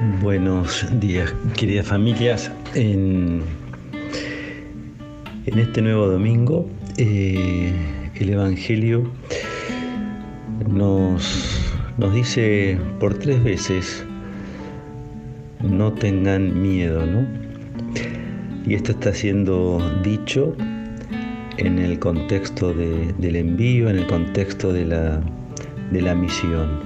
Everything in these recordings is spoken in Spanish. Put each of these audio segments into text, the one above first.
Buenos días, queridas familias. En este nuevo domingo, el Evangelio nos dice por 3 veces: no tengan miedo, ¿no? Y esto está siendo dicho en el contexto del envío, en el contexto de la misión.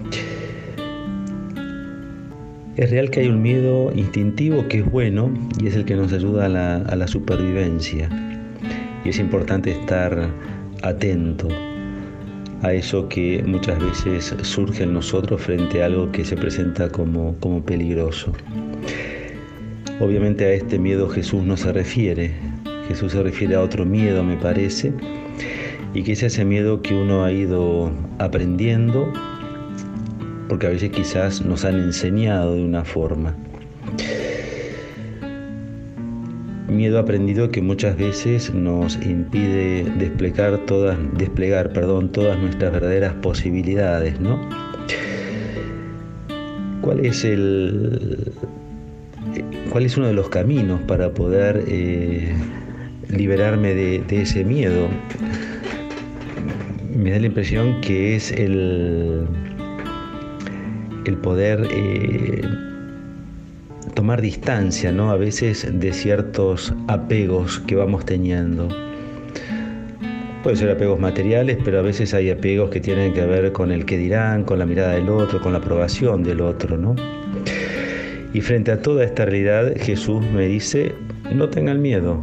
Es real que hay un miedo instintivo que es bueno y es el que nos ayuda a la supervivencia. Y es importante estar atento a eso que muchas veces surge en nosotros frente a algo que se presenta como peligroso. Obviamente a este miedo Jesús no se refiere. Jesús se refiere a otro miedo, me parece, y que es ese miedo que uno ha ido aprendiendo, porque a veces quizás nos han enseñado de una forma. Miedo aprendido que muchas veces nos impide desplegar todas nuestras verdaderas posibilidades, ¿no? ¿Cuál es uno de los caminos para poder liberarme de ese miedo? Me da la impresión que es el poder tomar distancia, ¿no? A veces de ciertos apegos que vamos teniendo. Pueden ser apegos materiales, pero a veces hay apegos que tienen que ver con el qué dirán, con la mirada del otro, con la aprobación del otro, ¿no? Y frente a toda esta realidad, Jesús me dice: no tengas miedo,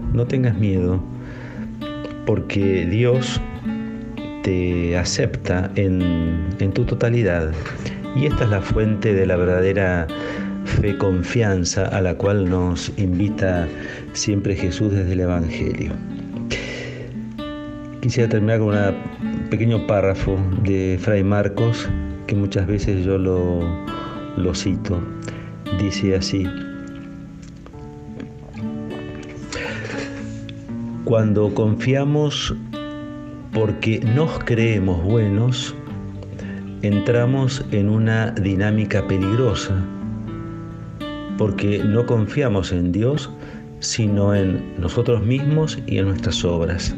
porque Dios te acepta en tu totalidad. Y esta es la fuente de la verdadera fe, confianza a la cual nos invita siempre Jesús desde el Evangelio. Quisiera terminar con un pequeño párrafo de Fray Marcos, que muchas veces yo lo cito. Dice así: cuando confiamos porque nos creemos buenos, entramos en una dinámica peligrosa, porque no confiamos en Dios, sino en nosotros mismos y en nuestras obras.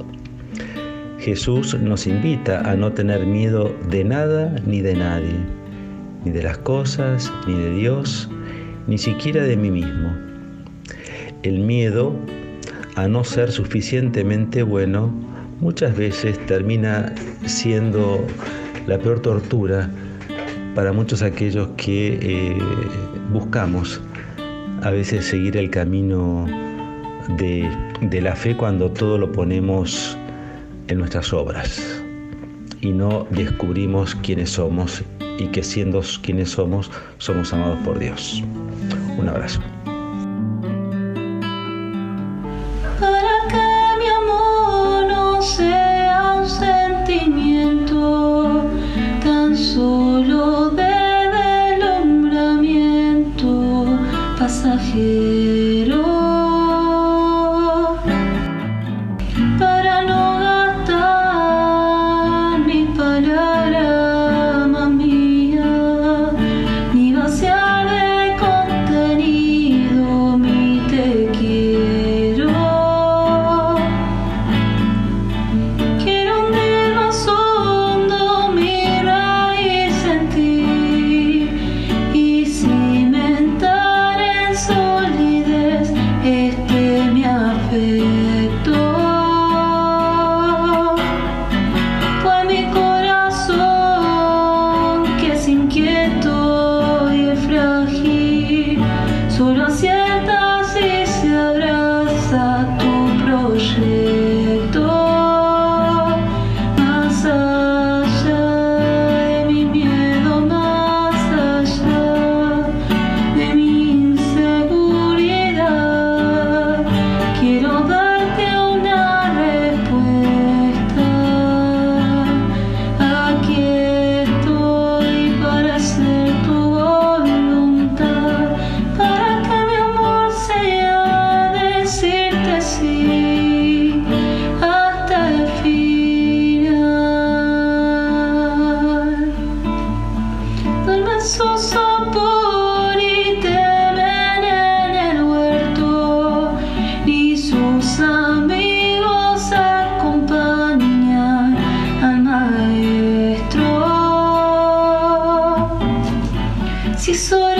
Jesús nos invita a no tener miedo de nada ni de nadie, ni de las cosas, ni de Dios, ni siquiera de mí mismo. El miedo a no ser suficientemente bueno muchas veces termina siendo la peor tortura para muchos aquellos que buscamos a veces seguir el camino de la fe cuando todo lo ponemos en nuestras obras y no descubrimos quiénes somos y que siendo quienes somos amados por Dios. Un abrazo. Para que mi amor no sea un sentimiento tan solo de deslumbramiento pasajero, para no gastar mis palabras, mía, ni vaciar de contenido mi te quiero. Quiero hundir más hondo mi raíz en ti y cimentar en solidez mi afecto. Pues mi corazón, que es inquieto y es frágil, solo acierta si se abraza tu proyecto. Más allá de mi miedo, más allá de mi inseguridad, quiero darte una respuesta. Aquí estoy para hacer tu voluntad, para que mi amor sea decirte sí hasta el final. Dame su sabor y si solo